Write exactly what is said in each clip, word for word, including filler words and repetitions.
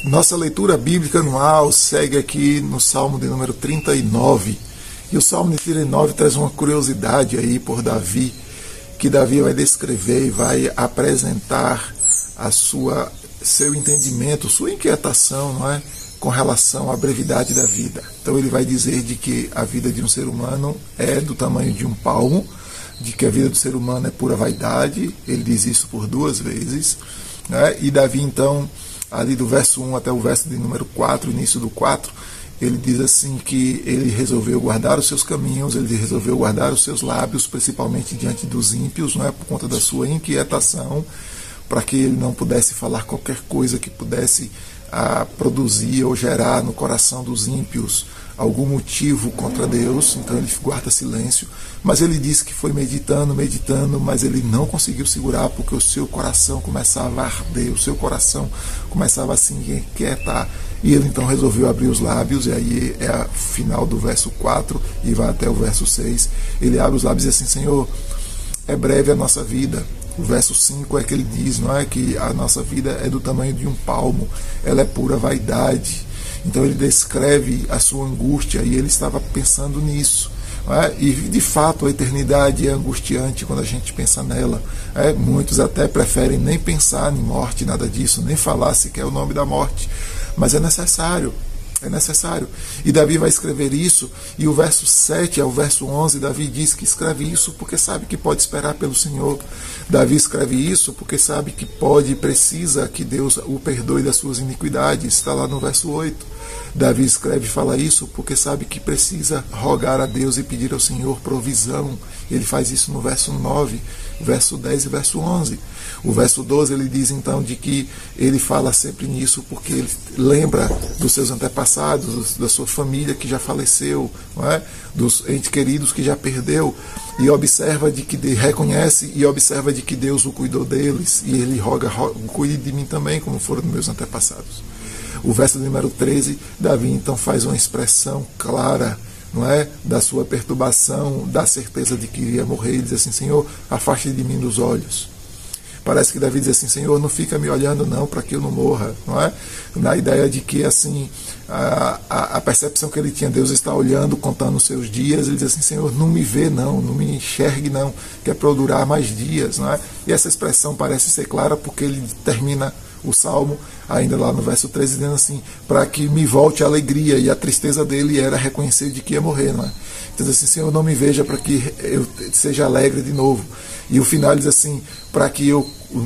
Nossa leitura bíblica anual segue aqui no Salmo de número trinta e nove. E o Salmo de trinta e nove traz uma curiosidade aí por Davi, que Davi vai descrever e vai apresentar a sua, seu entendimento, sua inquietação, não é? Com relação à brevidade da vida. Então ele vai dizer de que a vida de um ser humano é do tamanho de um palmo, de que a vida do ser humano é pura vaidade. Ele diz isso por duas vezes, né? E Davi, então, ali do verso um até o verso de número quatro, início do quatro, ele diz assim que ele resolveu guardar os seus caminhos, ele resolveu guardar os seus lábios, principalmente diante dos ímpios, não é, por conta da sua inquietação, para que ele não pudesse falar qualquer coisa que pudesse a, produzir ou gerar no coração dos ímpios algum motivo contra Deus. Então ele guarda silêncio, mas ele disse que foi meditando, meditando, mas ele não conseguiu segurar, porque o seu coração começava a arder, o seu coração começava a se inquietar, e ele então resolveu abrir os lábios. E aí é o final do verso quatro e vai até o verso seis. Ele abre os lábios e diz assim: Senhor, é breve a nossa vida. O verso cinco é que ele diz, não é, que a nossa vida é do tamanho de um palmo, ela é pura vaidade. Então ele descreve a sua angústia, e ele estava pensando nisso. É? E de fato a eternidade é angustiante quando a gente pensa nela. É? Muitos até preferem nem pensar em morte, nada disso, nem falar sequer o nome da morte. Mas é necessário. É necessário. E Davi vai escrever isso, e o verso sete ao verso onze, Davi diz que escreve isso porque sabe que pode esperar pelo Senhor. Davi escreve isso porque sabe que pode e precisa que Deus o perdoe das suas iniquidades. Está lá no verso oito. Davi escreve e fala isso porque sabe que precisa rogar a Deus e pedir ao Senhor provisão. Ele faz isso no verso nove, verso dez e verso onze. O verso doze ele diz então de que ele fala sempre nisso porque ele lembra dos seus antepassados, da sua família que já faleceu, não é? Dos entes queridos que já perdeu, e observa de que reconhece e observa de que Deus o cuidou deles, e ele roga, roga cuide de mim também, como foram meus antepassados. O verso número treze, Davi então faz uma expressão clara, não é, da sua perturbação, da certeza de que iria morrer. Ele diz assim: Senhor, afaste de mim dos olhos. Parece que Davi diz assim: Senhor, não fica me olhando não, para que eu não morra, não é? Na ideia de que assim a, a, a percepção que ele tinha, Deus está olhando, contando os seus dias. Ele diz assim: Senhor, não me vê não, não me enxergue não, que é para eu durar mais dias, não é? E essa expressão parece ser clara porque ele termina o Salmo ainda lá no verso treze dizendo assim: para que me volte a alegria, e a tristeza dele era reconhecer de que ia morrer, não é? Então diz assim: Senhor, não me veja para que eu seja alegre de novo. E o final diz assim: para que eu,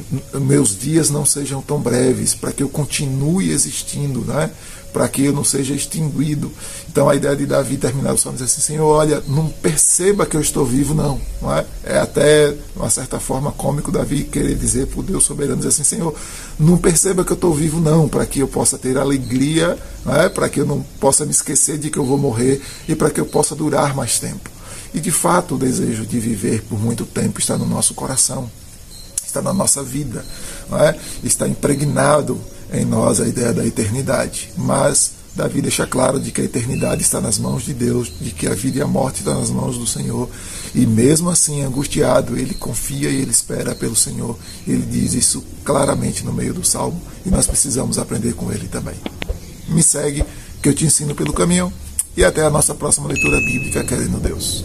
meus dias não sejam tão breves, para que eu continue existindo, né? Para que eu não seja extinguido. Então a ideia de Davi terminar o salmo diz assim: Senhor, olha, não perceba que eu estou vivo, não. não é? é até, de uma certa forma, cômico Davi querer dizer para o Deus soberano, dizer assim: Senhor, não perceba que eu estou vivo, não, para que eu possa ter alegria, não é? Para que eu não possa me esquecer de que eu vou morrer, e para que eu possa durar mais tempo. E de fato o desejo de viver por muito tempo está no nosso coração, está na nossa vida, não é? Está impregnado em nós a ideia da eternidade. Mas Davi deixa claro de que a eternidade está nas mãos de Deus, de que a vida e a morte estão nas mãos do Senhor. E mesmo assim, angustiado, ele confia e ele espera pelo Senhor. Ele diz isso claramente no meio do Salmo, e nós precisamos aprender com ele também. Me segue, que eu te ensino pelo caminho, e até a nossa próxima leitura bíblica, querendo Deus.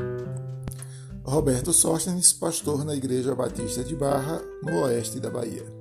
Roberto Sóstenes, pastor na Igreja Batista de Barra, no oeste da Bahia.